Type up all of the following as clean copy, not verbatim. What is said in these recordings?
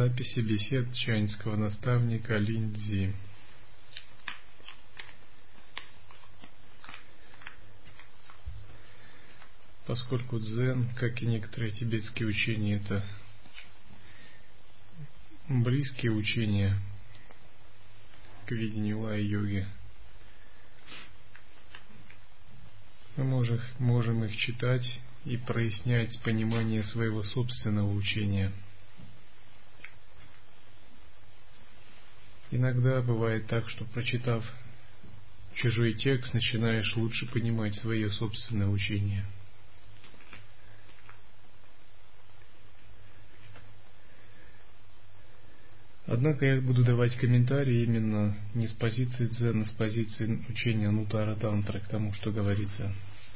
Записи бесед чаньского наставника Линьцзи. Поскольку дзен, как и некоторые тибетские учения, это близкие учения к видению лай-йоги, мы можем их читать и прояснять понимание своего собственного учения. Иногда бывает так, что, прочитав чужой текст, начинаешь лучше понимать свое собственное учение. Однако я буду давать комментарии именно не с позиции дзен, а с позиции учения Анутара Тантры к тому, что говорится.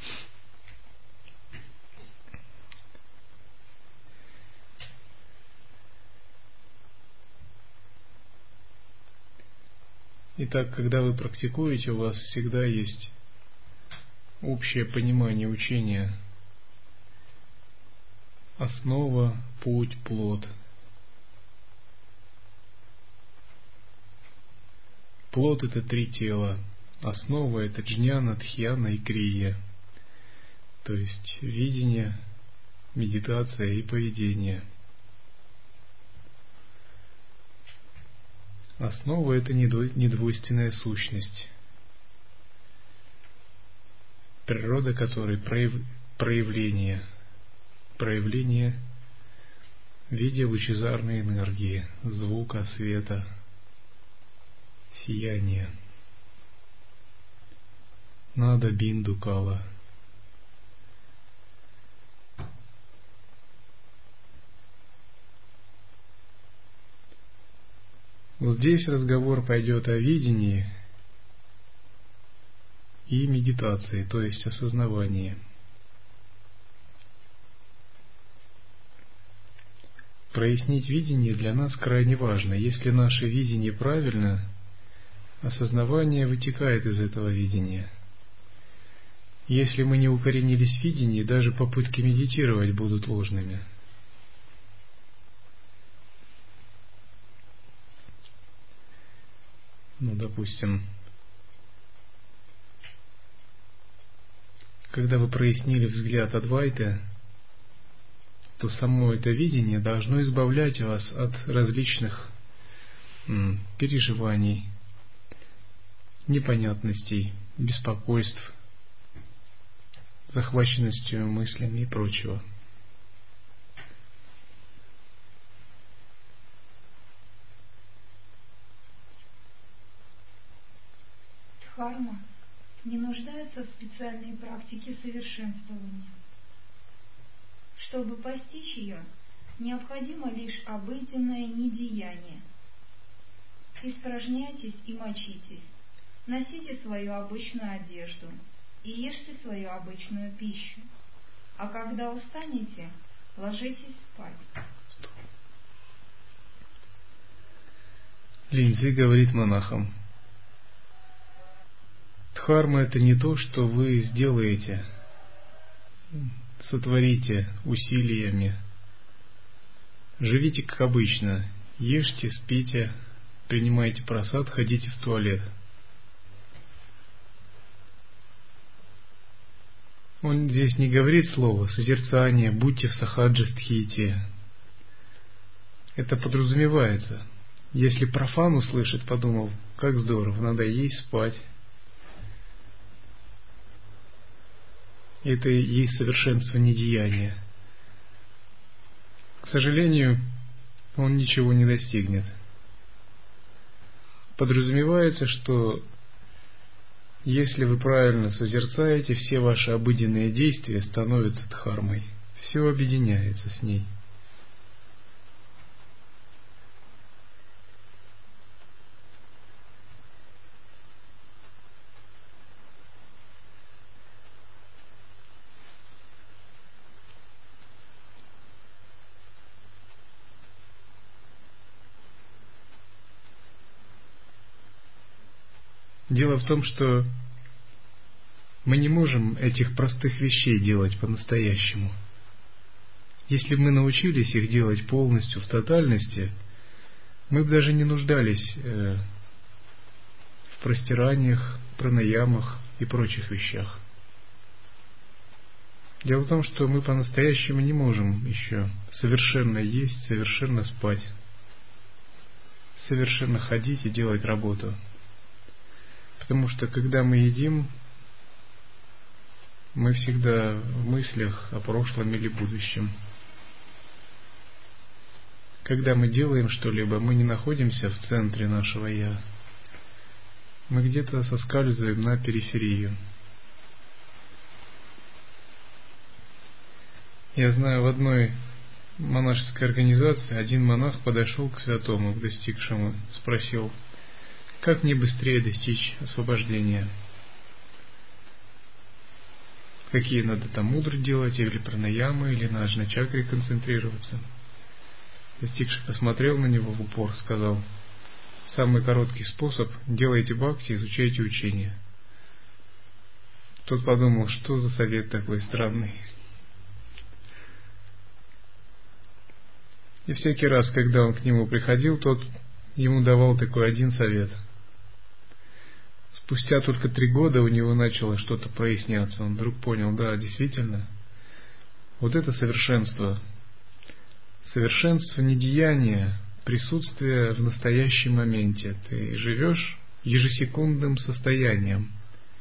Итак, когда вы практикуете, у вас всегда есть общее понимание учения. Основа, путь, плод. Плод — это три тела. Основа — это джняна, дхьяна и крия. То есть видение, медитация и поведение. Основа — это недвойственная сущность, природа которой проявление в виде лучезарной энергии, звука, света, сияния. Нада бинду кала. Вот здесь разговор пойдет о видении и медитации, то есть осознавании. Прояснить видение для нас крайне важно. Если наше видение правильно, осознавание вытекает из этого видения. Если мы не укоренились в видении, даже попытки медитировать будут ложными. Допустим, когда вы прояснили взгляд Адвайты, то само это видение должно избавлять вас от различных переживаний, непонятностей, беспокойств, захваченностью мыслями и прочего. Дхарма не нуждается в специальной практике совершенствования. Чтобы постичь ее, необходимо лишь обыденное недеяние. Испражняйтесь и мочитесь, носите свою обычную одежду и ешьте свою обычную пищу, а когда устанете, ложитесь спать. Линьцзи говорит монахам: дхарма — это не то, что вы сделаете, сотворите усилиями. Живите как обычно, ешьте, спите, принимайте прасад, ходите в туалет. Он здесь не говорит слово созерцание, будьте в сахаджи стхити. Это подразумевается. Если профан услышит, подумал, как здорово, надо есть, спать. Это и есть совершенство недеяния. К сожалению, он ничего не достигнет. Подразумевается, что если вы правильно созерцаете, все ваши обыденные действия становятся дхармой. Все объединяется с ней. Дело в том, что мы не можем этих простых вещей делать по-настоящему. Если бы мы научились их делать полностью, в тотальности, мы бы даже не нуждались в простираниях, пранаямах и прочих вещах. Дело в том, что мы по-настоящему не можем еще совершенно есть, совершенно спать, совершенно ходить и делать работу. Потому что когда мы едим, мы всегда в мыслях о прошлом или будущем. Когда мы делаем что-либо, мы не находимся в центре нашего «я». Мы где-то соскальзываем на периферию. Я знаю, в одной монашеской организации один монах подошел к святому, к достигшему, спросил, как мне быстрее достичь освобождения? Какие надо там мудры делать, или пранаямы, или на аджна-чакре концентрироваться? Достигший посмотрел на него в упор, сказал, самый короткий способ – делайте бхакти, изучайте учение. Тот подумал, что за совет такой странный. И всякий раз, когда он к нему приходил, тот ему давал такой один совет. Спустя только 3 года у него начало что-то проясняться. Он вдруг понял, да, действительно, вот это совершенство. Совершенство недеяния, присутствие в настоящем моменте. Ты живешь ежесекундным состоянием.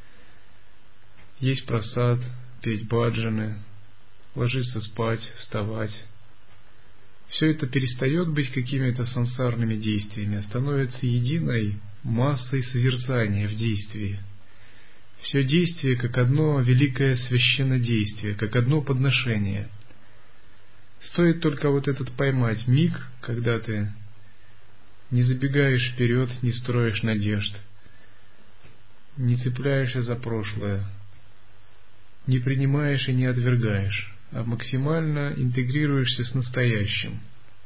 Есть прасад, петь баджаны, ложиться спать, вставать. Все это перестает быть какими-то сансарными действиями, а становится единой массой созерцания в действии. Все действие как одно великое священнодействие, как одно подношение. Стоит только вот этот поймать миг, когда ты не забегаешь вперед, не строишь надежд, не цепляешься за прошлое, не принимаешь и не отвергаешь, а максимально интегрируешься с настоящим.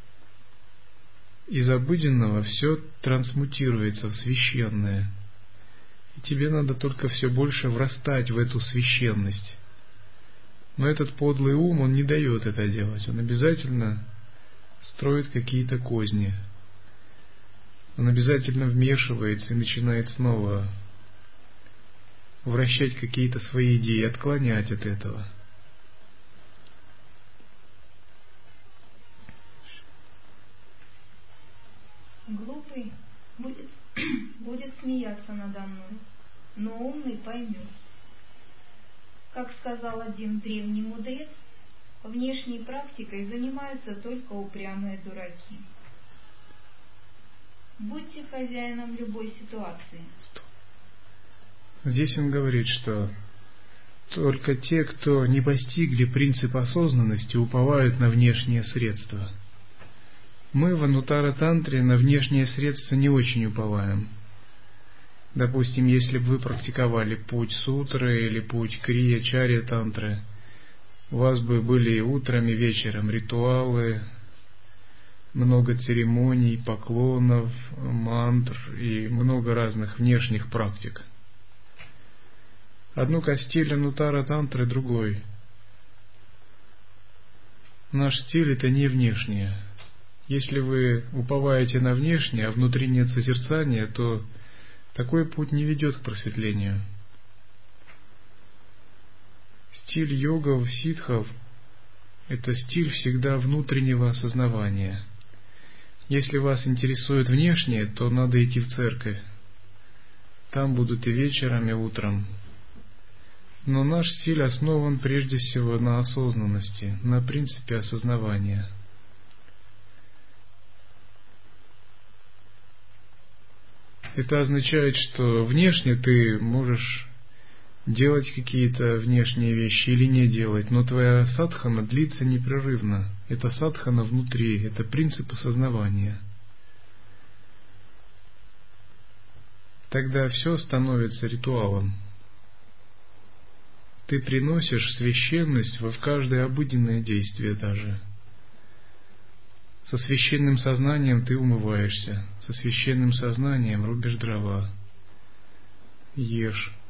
Из обыденного все трансмутируется в священное. И тебе надо только все больше врастать в эту священность. Но этот подлый ум, он не дает это делать. Он обязательно строит какие-то козни. Он обязательно вмешивается и начинает снова вращать какие-то свои идеи, отклонять от этого. Глупый будет смеяться надо мной, но умный поймет. Как сказал один древний мудрец, внешней практикой занимаются только упрямые дураки. Будьте хозяином любой ситуации. Здесь он говорит, что только те, кто не постигли принцип осознанности, уповают на внешние средства. Мы в Анутара-тантре на внешние средства не очень уповаем. Допустим, если бы вы практиковали путь сутры или путь крия-чарья-тантры, у вас бы были утром и вечером ритуалы, много церемоний, поклонов, мантр и много разных внешних практик. Однако стиль Анутара-тантры другой. Наш стиль — это не внешнее. Если вы уповаете на внешнее, а внутри нет созерцания, то такой путь не ведет к просветлению. Стиль йогов, ситхов — это стиль всегда внутреннего осознавания. Если вас интересует внешнее, то надо идти в церковь. Там будут и вечером, и утром. Но наш стиль основан прежде всего на осознанности, на принципе осознавания. Это означает, что внешне ты можешь делать какие-то внешние вещи или не делать, но твоя садхана длится непрерывно. Это садхана внутри, это принцип осознавания. Тогда все становится ритуалом. Ты приносишь священность в каждое обыденное действие даже. Со священным сознанием ты умываешься, со священным сознанием рубишь дрова, ешь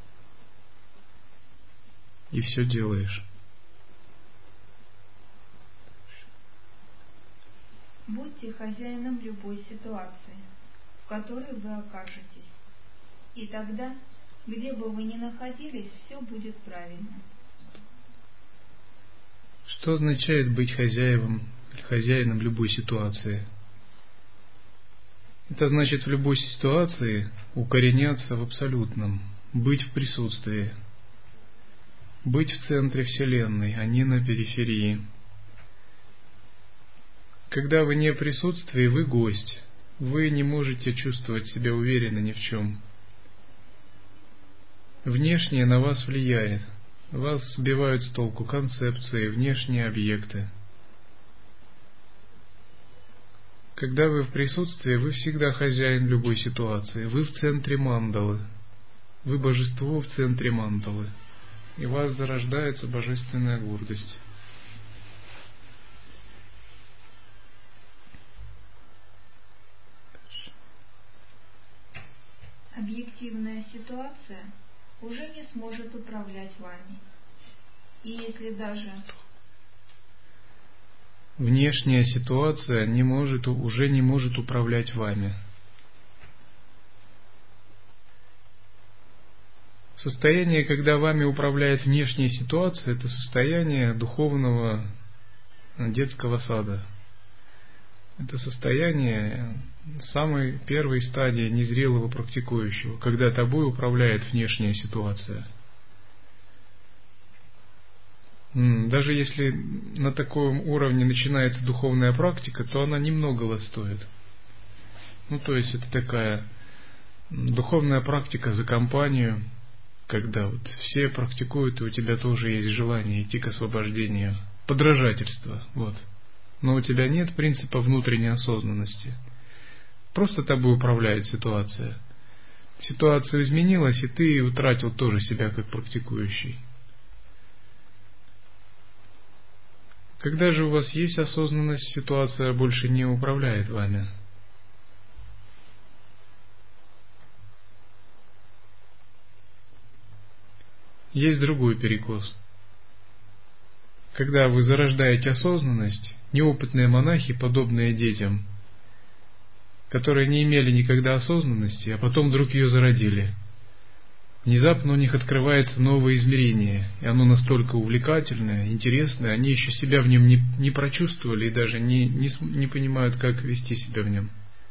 и все делаешь. Будьте хозяином любой ситуации, в которой вы окажетесь. И тогда, где бы вы ни находились, все будет правильно. Что означает быть хозяином любой ситуации? Это значит в любой ситуации укореняться в абсолютном, быть в присутствии, быть в центре Вселенной, а не на периферии. Когда вы не в присутствии, вы гость, вы не можете чувствовать себя уверенно ни в чем. Внешнее на вас влияет, вас сбивают с толку концепции, внешние объекты. Когда вы в присутствии, вы всегда хозяин любой ситуации, вы в центре мандалы, вы божество в центре мандалы, и у вас зарождается божественная гордость. Объективная ситуация уже не сможет управлять вами. И если даже внешняя ситуация уже не может управлять вами. Состояние, когда вами управляет внешняя ситуация, это состояние духовного детского сада. Это состояние самой первой стадии незрелого практикующего, когда тобой управляет внешняя ситуация. Даже если на таком уровне начинается духовная практика, то она немногого стоит. То есть это такая духовная практика за компанию, когда вот все практикуют, и у тебя тоже есть желание идти к освобождению. Подражательство, вот. Но у тебя нет принципа внутренней осознанности. Просто тобой управляет ситуация. Ситуация изменилась, и ты утратил тоже себя как практикующий. Когда же у вас есть осознанность, ситуация больше не управляет вами. Есть другой перекос. Когда вы зарождаете осознанность, неопытные монахи, подобные детям, которые не имели никогда осознанности, а потом вдруг ее зародили, внезапно у них открывается новое измерение, и оно настолько увлекательное, интересное, они еще себя в нем не прочувствовали и даже не понимают, как вести себя в нем.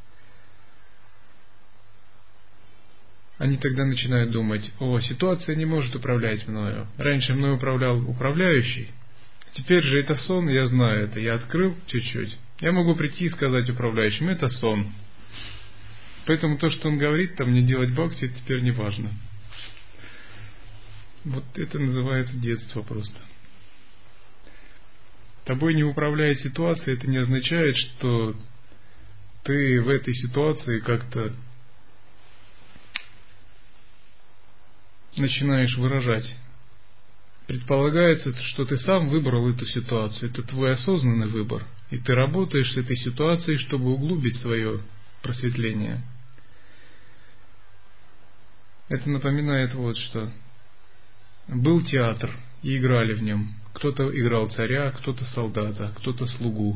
Они тогда начинают думать: ситуация не может управлять мною. Раньше мной управлял управляющий, теперь же это сон, я знаю это, я открыл чуть-чуть. Я могу прийти и сказать управляющему: это сон. Поэтому то, что он говорит, не делать бхакти, это теперь не важно. Вот это называется детство просто. Тобой не управляет ситуация, это не означает, что ты в этой ситуации как-то начинаешь выражать. Предполагается, что ты сам выбрал эту ситуацию, это твой осознанный выбор, и ты работаешь с этой ситуацией, чтобы углубить свое просветление. Это напоминает вот что. Был театр, и играли в нем. Кто-то играл царя, кто-то солдата, кто-то слугу.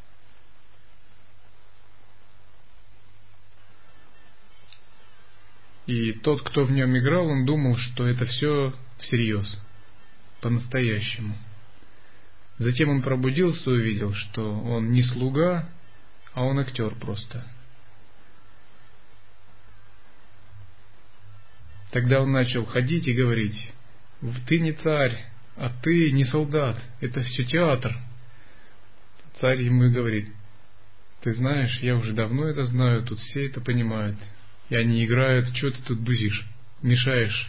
И тот, кто в нем играл, он думал, что это все всерьез, по-настоящему. Затем он пробудился и увидел, что он не слуга, а он актер просто. Тогда он начал ходить и говорить: ты не царь, а ты не солдат, это все театр. Царь ему и говорит: ты знаешь, я уже давно это знаю, тут все это понимают. И они играют, что ты тут бузишь, мешаешь.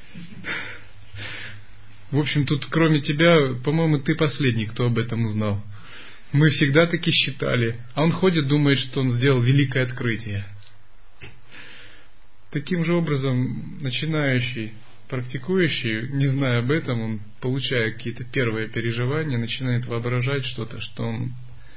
В общем, тут кроме тебя, по-моему, ты последний, кто об этом узнал. Мы всегда таки считали. А он ходит, думает, что он сделал великое открытие. Таким же образом, начинающий, практикующий, не зная об этом, он, получая какие-то первые переживания, начинает воображать что-то, что он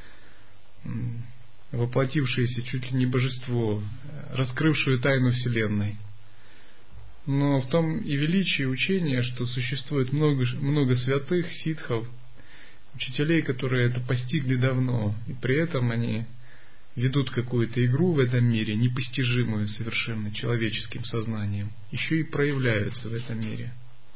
воплотившееся чуть ли не божество, раскрывшее тайну Вселенной. Но в том и величие учения, что существует много святых, ситхов, учителей, которые это постигли давно, и при этом они ведут какую-то игру в этом мире, непостижимую совершенно человеческим сознанием, еще и проявляются в этом мире.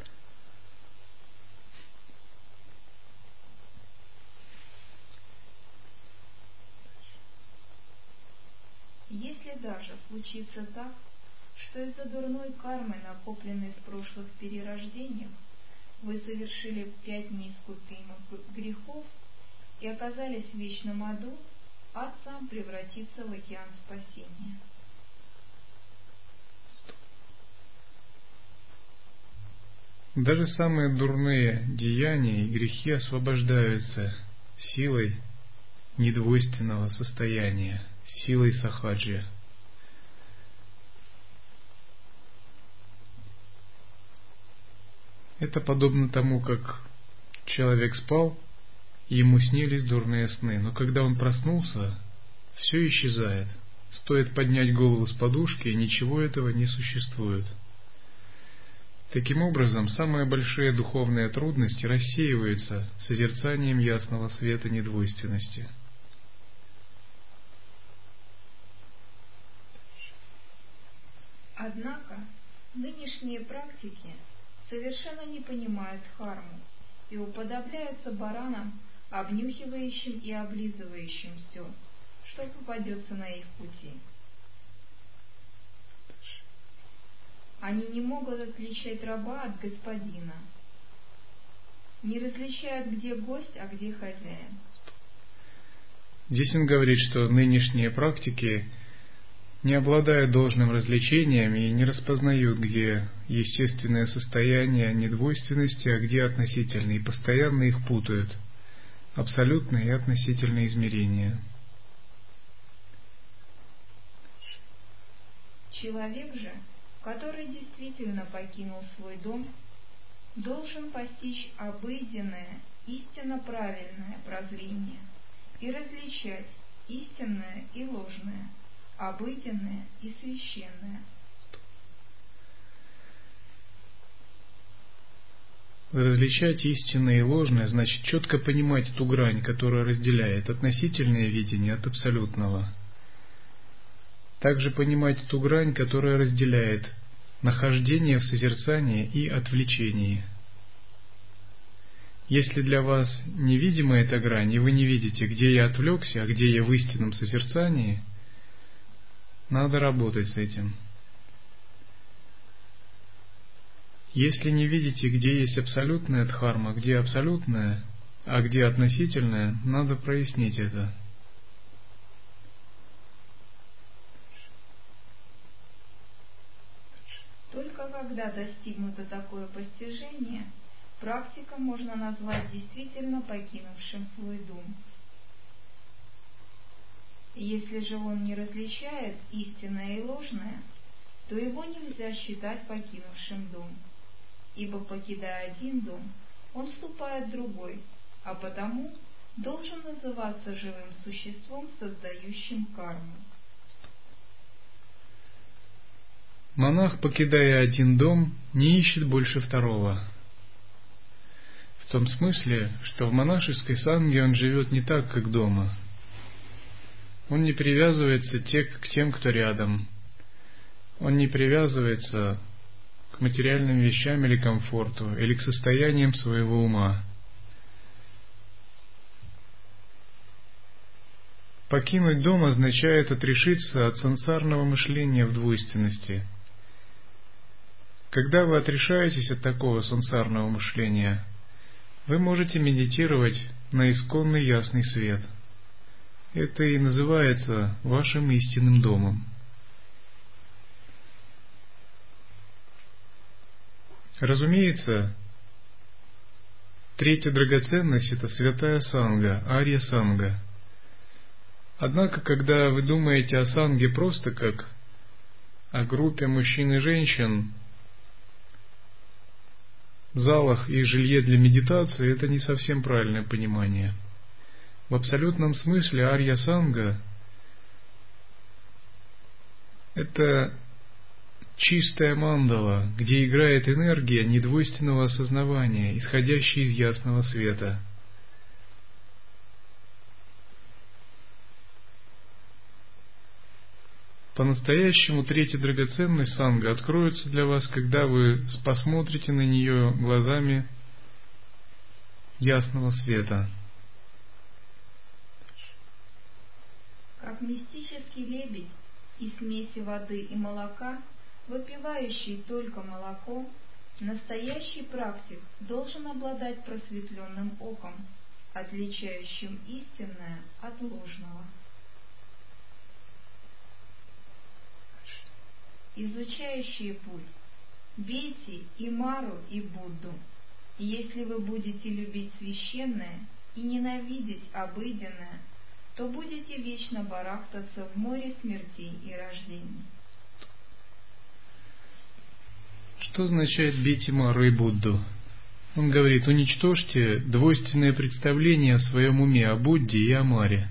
Если даже случится так, что из-за дурной кармы, накопленной в прошлых перерождениях, вы совершили 5 неискупимых грехов и оказались в вечном аду, ад сам превратится в океан спасения. Даже самые дурные деяния и грехи освобождаются силой недвойственного состояния, силой сахаджи. Это подобно тому, как человек спал, и ему снились дурные сны, но когда он проснулся, все исчезает. Стоит поднять голову с подушки, и ничего этого не существует. Таким образом, самые большие духовные трудности рассеиваются созерцанием ясного света недвойственности. Однако нынешние практики совершенно не понимают дхарму и уподобляются баранам, обнюхивающим и облизывающим все, что попадется на их пути. Они не могут отличать раба от господина, не различают, где гость, а где хозяин. Здесь он говорит, что нынешние практики не обладают должным развлечением и не распознают, где естественное состояние недвойственности, а где относительные, и постоянно их путают. Абсолютные и относительные измерения. Человек же, который действительно покинул свой дом, должен постичь обыденное, истинно правильное прозрение и различать истинное и ложное, обыденное и священное. Различать истинное и ложное значит четко понимать ту грань, которая разделяет относительное видение от абсолютного. Также понимать ту грань, которая разделяет нахождение в созерцании и отвлечении. Если для вас невидима эта грань, и вы не видите, где я отвлекся, а где я в истинном созерцании, надо работать с этим. Если не видите, где есть абсолютная дхарма, где абсолютная, а где относительная, надо прояснить это. Только когда достигнуто такое постижение, практика можно назвать действительно покинувшим свой дом. Если же он не различает истинное и ложное, то его нельзя считать покинувшим дом, ибо, покидая один дом, он вступает в другой, а потому должен называться живым существом, создающим карму. Монах, покидая один дом, не ищет больше второго. В том смысле, что в монашеской санге он живет не так, как дома. Он не привязывается к тем, кто рядом. Он не привязывается к материальным вещам или комфорту, или к состояниям своего ума. Покинуть дом означает отрешиться от сансарного мышления в двойственности. Когда вы отрешаетесь от такого сансарного мышления, вы можете медитировать на исконный ясный свет. Это и называется вашим истинным домом. Разумеется, третья драгоценность – это святая санга, арья санга. Однако, когда вы думаете о санге просто как о группе мужчин и женщин, залах и жилье для медитации, это не совсем правильное понимание. В абсолютном смысле арья-санга – это чистая мандала, где играет энергия недвойственного осознавания, исходящая из ясного света. По-настоящему третья драгоценность санга откроется для вас, когда вы посмотрите на нее глазами ясного света. Как мистический лебедь из смеси воды и молока, выпивающий только молоко, настоящий практик должен обладать просветленным оком, отличающим истинное от ложного. Изучающие путь, бейте и Мару, и Будду. Если вы будете любить священное и ненавидеть обыденное, то будете вечно барахтаться в море смертей и рождений. Что означает бейте Мару и Будду? Он говорит: уничтожьте двойственное представление в своем уме о Будде и о Маре.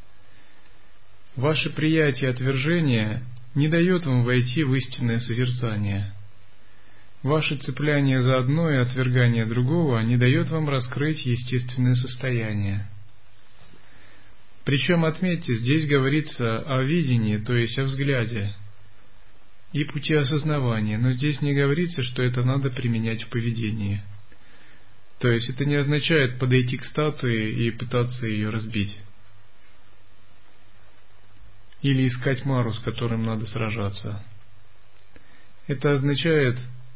Ваше приятие отвержения не дает вам войти в истинное созерцание. Ваше цепляние за одно и отвергание другого не дает вам раскрыть естественное состояние. Причем, отметьте, здесь говорится о видении, то есть о взгляде, и пути осознавания, но здесь не говорится, что это надо применять в поведении. То есть это не означает подойти к статуе и пытаться ее разбить. Или искать Мару, с которым надо сражаться. Это означает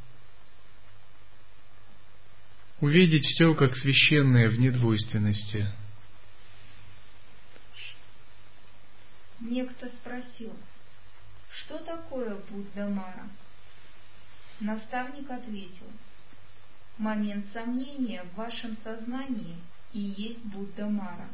увидеть все как священное в недвойственности. Некто спросил: что такое Будда Мара? Наставник ответил: момент сомнения в вашем сознании и есть Будда Мара.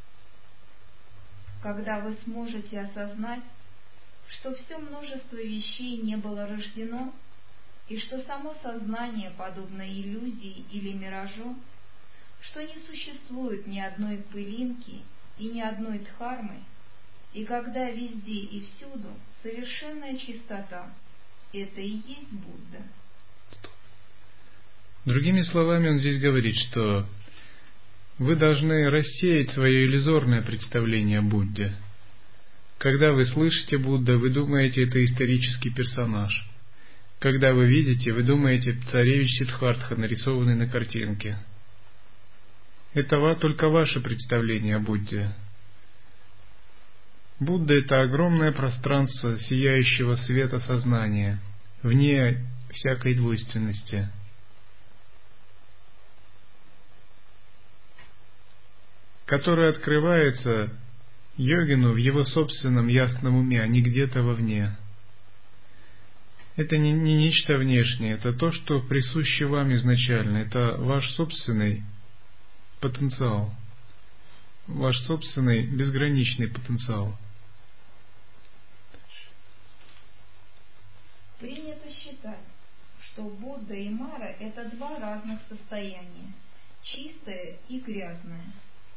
Когда вы сможете осознать, что все множество вещей не было рождено, и что само сознание подобно иллюзии или миражу, что не существует ни одной пылинки и ни одной дхармы, и когда везде и всюду совершенная чистота, это и есть Будда. Другими словами, он здесь говорит, что вы должны рассеять свое иллюзорное представление о Будде. Когда вы слышите Будда, вы думаете, это исторический персонаж. Когда вы видите, вы думаете, царевич Сиддхартха, нарисованный на картинке. Это только ваше представление о Будде. Будда — это огромное пространство сияющего света сознания, вне всякой двойственности. Которое открывается йогину в его собственном ясном уме, а не где-то вовне. Это не нечто внешнее, это то, что присуще вам изначально, это ваш собственный потенциал, ваш собственный безграничный потенциал. Принято считать, что Будда и Мара — это два разных состояния, чистое и грязное.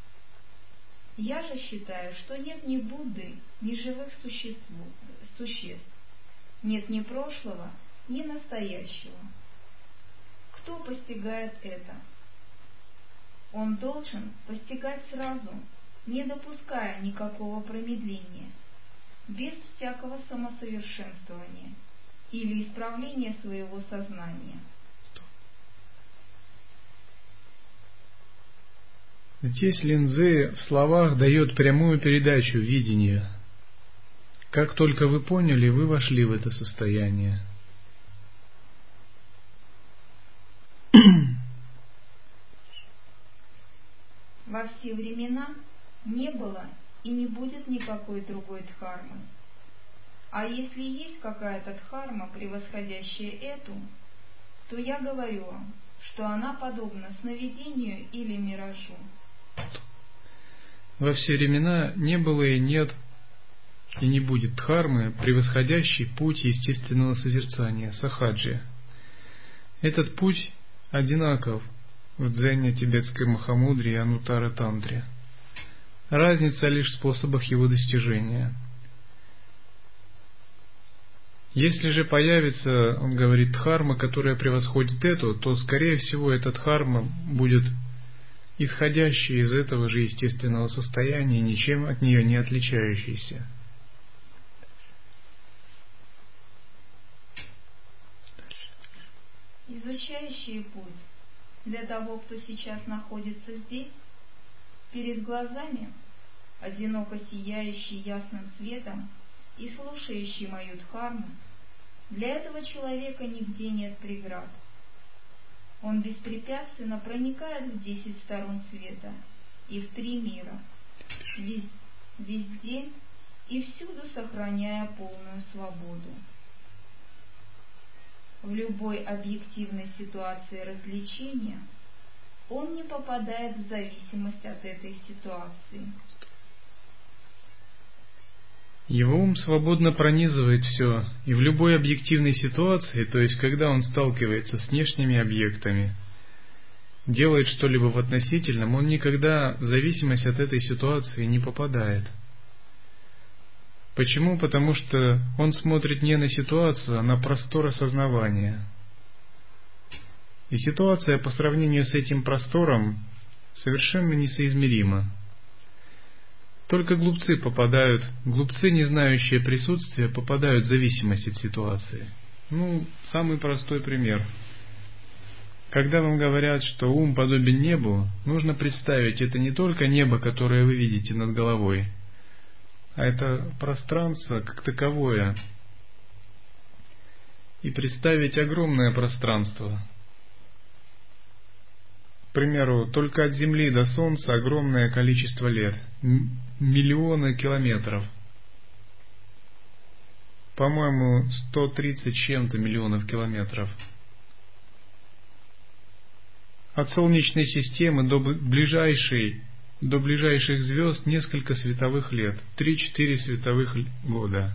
Я же считаю, что нет ни Будды, ни живых существ, нет ни прошлого, ни настоящего. Кто постигает это? Он должен постигать сразу, не допуская никакого промедления, без всякого самосовершенствования или исправления своего сознания. Здесь Линдзи в словах дает прямую передачу видению. Как только вы поняли, вы вошли в это состояние. Во все времена не было и не будет никакой другой дхармы. А если есть какая-то дхарма, превосходящая эту, то я говорю вам, что она подобна сновидению или миражу. Во все времена не было и нет и не будет дхармы, превосходящей путь естественного созерцания, сахаджи. Этот путь одинаков в дзене, тибетской махамудре и анутара тантре. Разница лишь в способах его достижения. Если же появится, он говорит, дхарма, которая превосходит эту, то, скорее всего, эта дхарма будет исходящей из этого же естественного состояния, ничем от нее не отличающейся. изучающие путь для того, кто сейчас находится здесь, перед глазами, одиноко сияющий ясным светом и слушающий мою дхарму, для этого человека нигде нет преград. Он беспрепятственно проникает в 10 сторон света и в 3 мира, везде и всюду сохраняя полную свободу. В любой объективной ситуации развлечения он не попадает в зависимость от этой ситуации. Его ум свободно пронизывает все, и в любой объективной ситуации, то есть когда он сталкивается с внешними объектами, делает что-либо в относительном, он никогда в зависимость от этой ситуации не попадает. Почему? Потому что он смотрит не на ситуацию, а на простор осознавания. И ситуация по сравнению с этим простором совершенно несоизмерима. Только глупцы, не знающие присутствия, попадают в зависимость от ситуации. Самый простой пример. Когда вам говорят, что ум подобен небу, нужно представить, это не только небо, которое вы видите над головой, а это пространство как таковое. И представить огромное пространство. К примеру, только от Земли до Солнца огромное количество лет. Миллионы километров. По-моему, 130 чем-то миллионов километров. От Солнечной системы до ближайших звезд несколько световых лет. 3-4 световых года.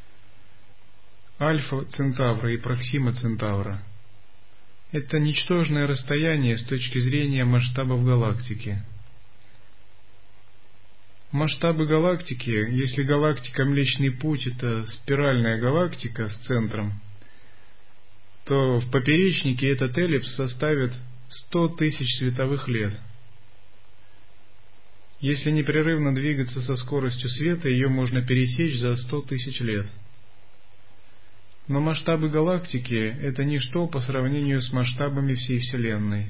Альфа Центавра и Проксима Центавра. Это ничтожное расстояние с точки зрения масштабов галактики. Масштабы галактики, если галактика Млечный Путь — это спиральная галактика с центром, то в поперечнике этот эллипс составит 100 тысяч световых лет. Если непрерывно двигаться со скоростью света, ее можно пересечь за 100 тысяч лет. Но масштабы галактики — это ничто по сравнению с масштабами всей Вселенной.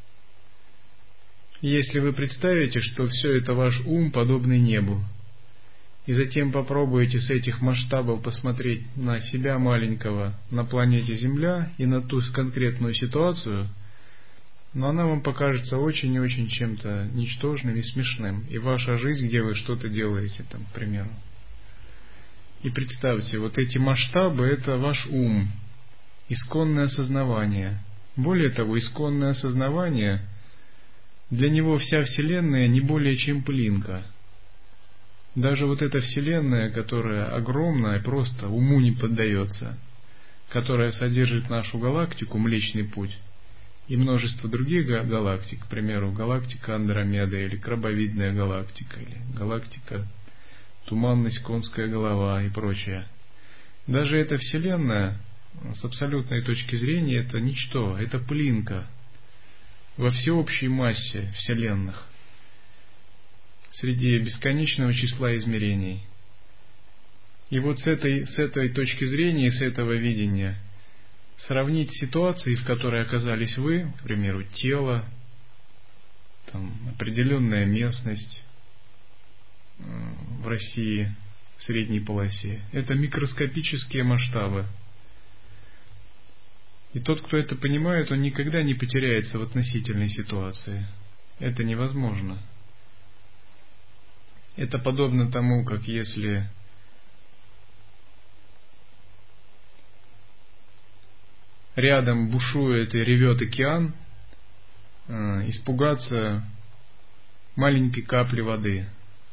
Если вы представите, что все это ваш ум, подобный небу, и затем попробуете с этих масштабов посмотреть на себя маленького на планете Земля и на ту конкретную ситуацию, но она вам покажется очень и очень чем-то ничтожным и смешным, и ваша жизнь, где вы что-то делаете, к примеру. И представьте, вот эти масштабы — это ваш ум, исконное осознавание. Более того, исконное осознавание, для него вся Вселенная не более чем пылинка. Даже вот эта Вселенная, которая огромная, просто уму не поддается, которая содержит нашу галактику, Млечный Путь, и множество других галактик, к примеру, галактика Андромеда, или крабовидная галактика, или галактика Туманность, Конская голова и прочее. Даже эта Вселенная, с абсолютной точки зрения, это ничто, это пылинка во всеобщей массе Вселенных, среди бесконечного числа измерений. И вот с этой точки зрения, с этого видения, сравнить ситуации, в которой оказались вы, к примеру, тело, определенная местность в России, в средней полосе, это микроскопические масштабы. И тот, кто это понимает, он никогда не потеряется в относительной ситуации. Это невозможно. Это подобно тому, как если рядом бушует и ревет океан, испугаться маленькой капли воды.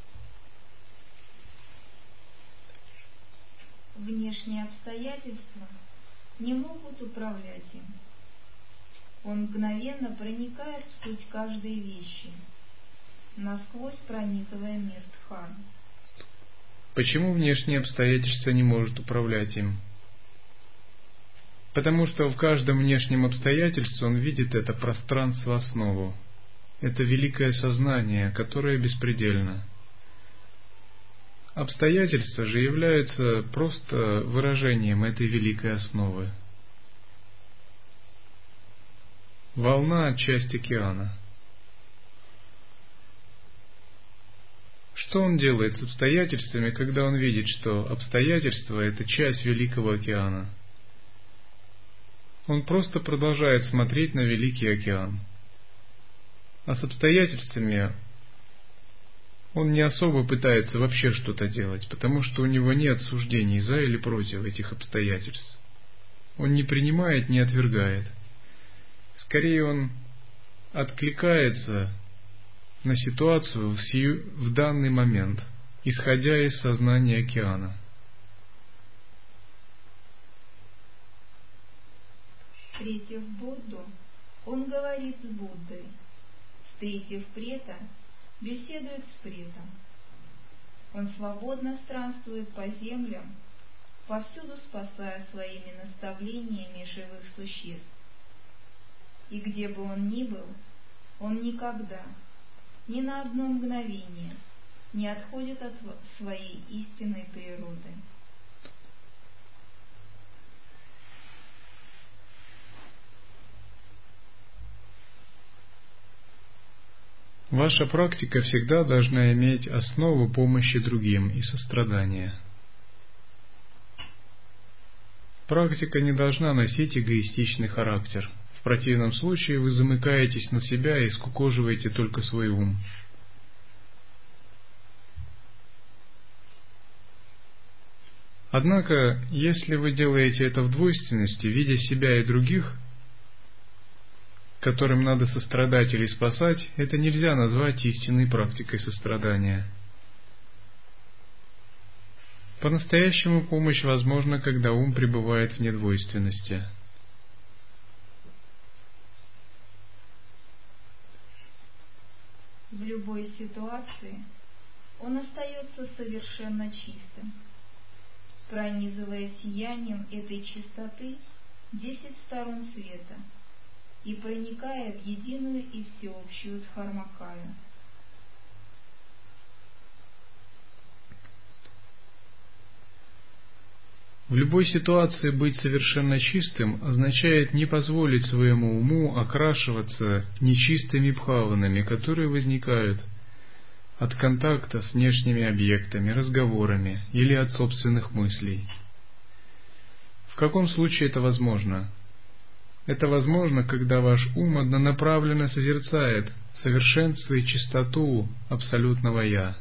Внешние обстоятельства не могут управлять им. Он мгновенно проникает в суть каждой вещи, насквозь пронизывая мир Дхармы. Почему внешние обстоятельства не могут управлять им? Потому что в каждом внешнем обстоятельстве он видит это пространство-основу. Это великое сознание, которое беспредельно. Обстоятельства же являются просто выражением этой великой основы. волна – часть океана. Что он делает с обстоятельствами, когда он видит, что обстоятельства – это часть великого океана? Он просто продолжает смотреть на великий океан. А с обстоятельствами он не особо пытается вообще что-то делать, потому что у него нет суждений за или против этих обстоятельств. Он не принимает, не отвергает. Скорее он откликается на ситуацию в данный момент, исходя из сознания океана. Встретив Будду, он говорит с Буддой. Встретив прета, беседует с претом. Он свободно странствует по землям, повсюду спасая своими наставлениями живых существ. И где бы он ни был, он никогда, ни на одно мгновение не отходит от своей истинной природы. Ваша практика всегда должна иметь основу помощи другим и сострадания. Практика не должна носить эгоистичный характер. В противном случае вы замыкаетесь на себя и скукоживаете только свой ум. Однако, если вы делаете это в двойственности, видя себя и других, которым надо сострадать или спасать, это нельзя назвать истинной практикой сострадания. По-настоящему помощь возможна, когда ум пребывает в недвойственности. В любой ситуации он остается совершенно чистым, пронизывая сиянием этой чистоты 10 сторон света и проникая в единую и всеобщую дхармакаю. В любой ситуации быть совершенно чистым означает не позволить своему уму окрашиваться нечистыми бхаванами, которые возникают от контакта с внешними объектами, разговорами или от собственных мыслей. В каком случае это возможно? Это возможно, когда ваш ум однонаправленно созерцает совершенство и чистоту абсолютного «Я».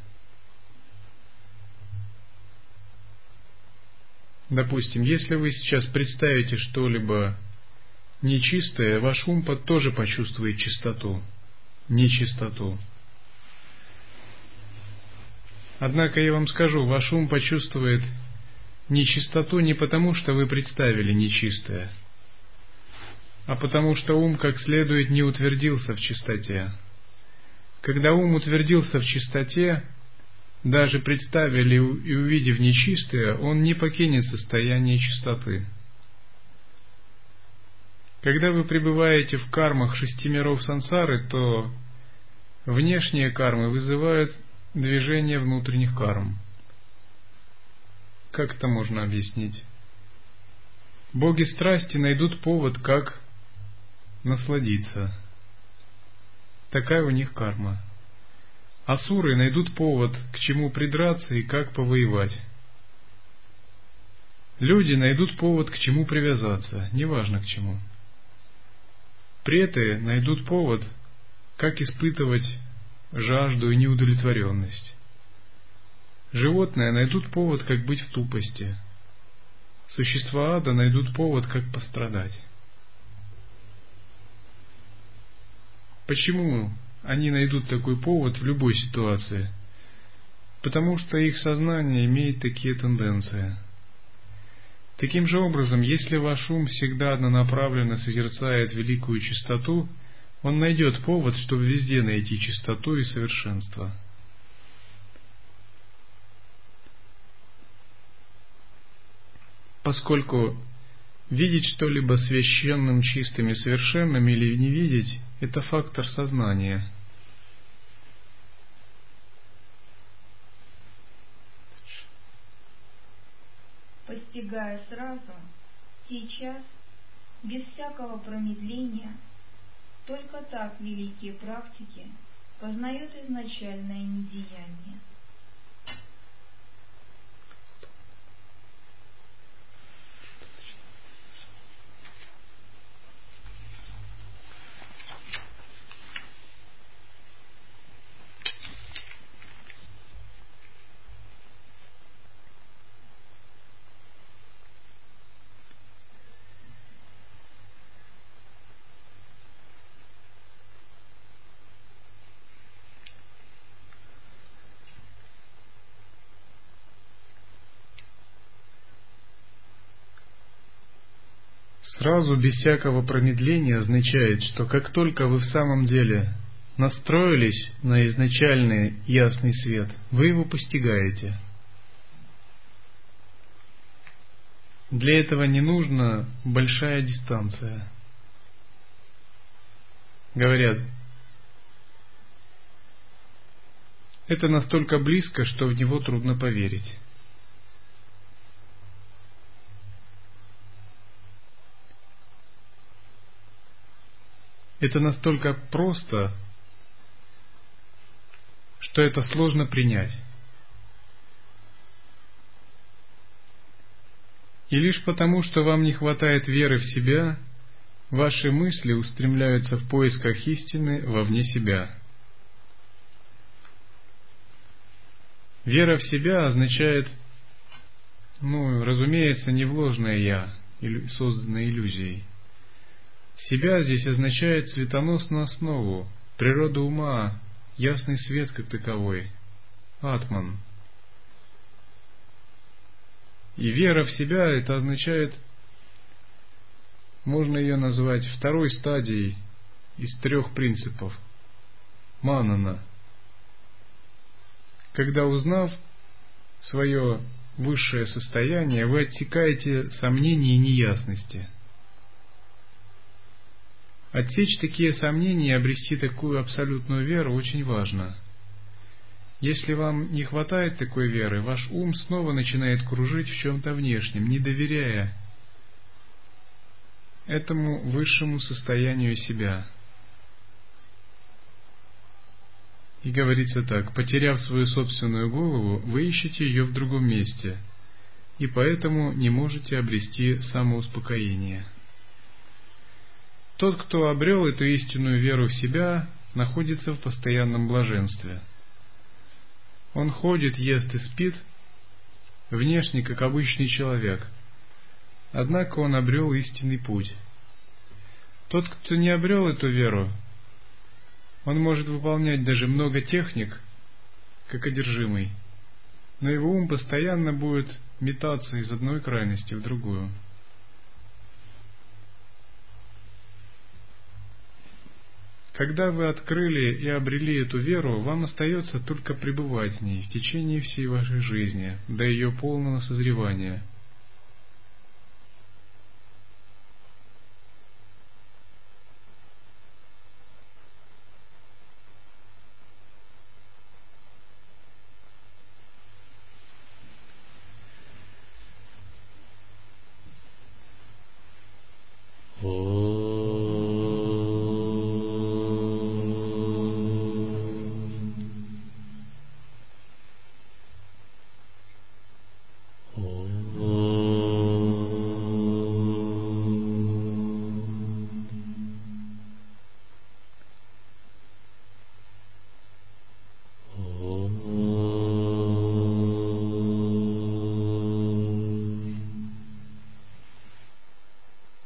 Допустим, если вы сейчас представите что-либо нечистое, ваш ум тоже почувствует чистоту, нечистоту. Однако я вам скажу, ваш ум почувствует нечистоту не потому, что вы представили нечистое, а потому что ум как следует не утвердился в чистоте. Когда ум утвердился в чистоте, даже представили и увидев нечистое, он не покинет состояние чистоты. Когда вы пребываете в кармах 6 миров сансары, то внешние кармы вызывают движение внутренних карм. Как это можно объяснить? Боги страсти найдут повод, как насладиться. Такая у них карма. Асуры найдут повод, к чему придраться и как повоевать. Люди найдут повод, к чему привязаться, неважно к чему. Преты найдут повод, как испытывать жажду и неудовлетворенность. Животные найдут повод, как быть в тупости. Существа ада найдут повод, как пострадать. Почему они найдут такой повод в любой ситуации? Потому что их сознание имеет такие тенденции. Таким же образом, если ваш ум всегда однонаправленно созерцает великую чистоту, он найдет повод, чтобы везде найти чистоту и совершенство. Поскольку видеть что-либо священным, чистым и совершенным или не видеть – это фактор сознания. Постигая сразу, сейчас, без всякого промедления, Только так великие практики познают изначальное недеяние. Сразу, без всякого промедления, означает, что как только вы в самом деле настроились на изначальный ясный свет, вы его постигаете. Для этого не нужна большая дистанция. Говорят, это настолько близко, что в него трудно поверить. Это настолько просто, что это сложно принять. И лишь потому, что вам не хватает веры в себя, ваши мысли устремляются в поисках истины вовне себя. Вера в себя означает, разумеется, не в ложное «я», созданное иллюзией. Себя здесь означает светоносную основу, природу ума, ясный свет как таковой, атман. И вера в себя, это означает, можно ее назвать второй стадией из 3 принципов, манана. Когда, узнав свое высшее состояние, вы отсекаете сомнения и неясности. Отсечь такие сомнения и обрести такую абсолютную веру очень важно. Если вам не хватает такой веры, ваш ум снова начинает кружить в чем-то внешнем, не доверяя этому высшему состоянию себя. И говорится так: потеряв свою собственную голову, вы ищете ее в другом месте, и поэтому не можете обрести самоуспокоение. Тот, кто обрел эту истинную веру в себя, находится в постоянном блаженстве. Он ходит, ест и спит, внешне как обычный человек, однако он обрел истинный путь. Тот, кто не обрел эту веру, он может выполнять даже много техник, как одержимый, но его ум постоянно будет метаться из одной крайности в другую. Когда вы открыли и обрели эту веру, вам остается только пребывать в ней в течение всей вашей жизни, до ее полного созревания. О